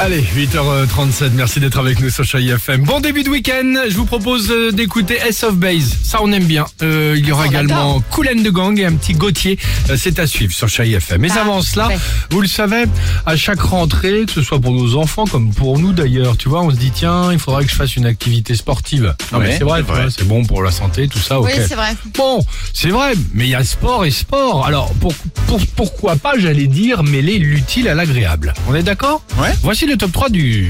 Allez, 8h37, merci d'être avec nous sur Chérie FM. Bon début de week-end, je vous propose d'écouter Ace of Base, ça on aime bien. Il y aura également Kool and the Gang et un petit Gauthier, c'est à suivre sur Chérie FM. Mais avant cela, vous le savez, à chaque rentrée, que ce soit pour nos enfants comme pour nous d'ailleurs, tu vois, on se dit tiens, il faudrait que je fasse une activité sportive. Non mais c'est vrai, c'est bon pour la santé, tout ça, ok. Oui, c'est vrai. Bon, c'est vrai, mais il y a sport et sport. Alors, pourquoi pas, j'allais dire, mêler l'utile à l'agréable. On est d'accord ? Ouais. Voici le top 3 du...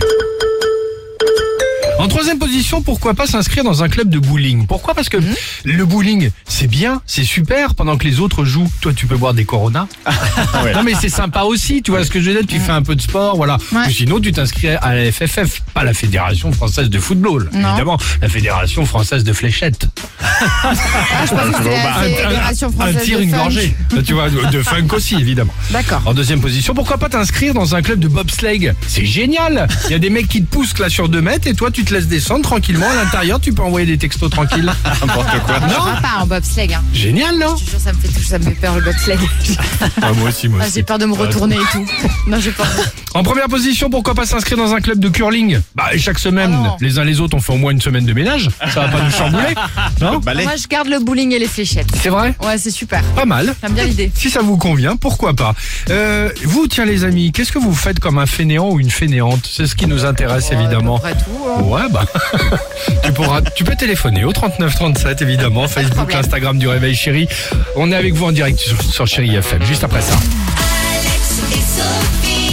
En troisième position, pourquoi pas s'inscrire dans un club de bowling? Pourquoi? Parce que le bowling, c'est bien, c'est super, pendant que les autres jouent. Toi, tu peux boire des Corona. Ouais. Non, mais c'est sympa aussi, tu vois ce que je veux dire? Tu fais un peu de sport, voilà. Ouais. Ou sinon, tu t'inscris à la FFF, pas la Fédération Française de Football. Non. Évidemment, la Fédération Française de Fléchettes. Je pense que c'était la Fédération Un Française tir, de une funk. gorgée. Tu vois, de funk aussi, évidemment. D'accord. En deuxième position, pourquoi pas t'inscrire dans un club de bobsleigh? C'est génial. Il y a des mecs qui te poussent là sur 2 mètres et toi tu te laisses descendre tranquillement à l'intérieur, tu peux envoyer des textos tranquilles. N'importe quoi. Non, pas en bobsleigh. Hein. Génial, non? Je te jure, ça me fait peur le bobsleigh. Moi aussi, moi Ah, j'ai peur de me retourner et tout. Non, j'ai peur. En première position, pourquoi pas s'inscrire dans un club de curling? Bah, chaque semaine, Oh non. les uns les autres, on fait au moins une semaine de ménage. Ça va pas nous chambouler, non? Balai. Moi, je garde le bowling et les fléchettes. C'est vrai? Ouais, c'est super. Pas mal. J'aime bien l'idée. Si ça vous convient, pourquoi pas. Vous, tiens les amis, qu'est-ce que vous faites comme un fainéant ou une fainéante? C'est ce qui nous intéresse, évidemment. Après tout. Hein. Ouais, bah, tu peux téléphoner au 3937, évidemment, Facebook, problème. Instagram du Réveil Chéri. On est avec vous en direct sur Chéri FM, juste après ça. Alex et Sophie.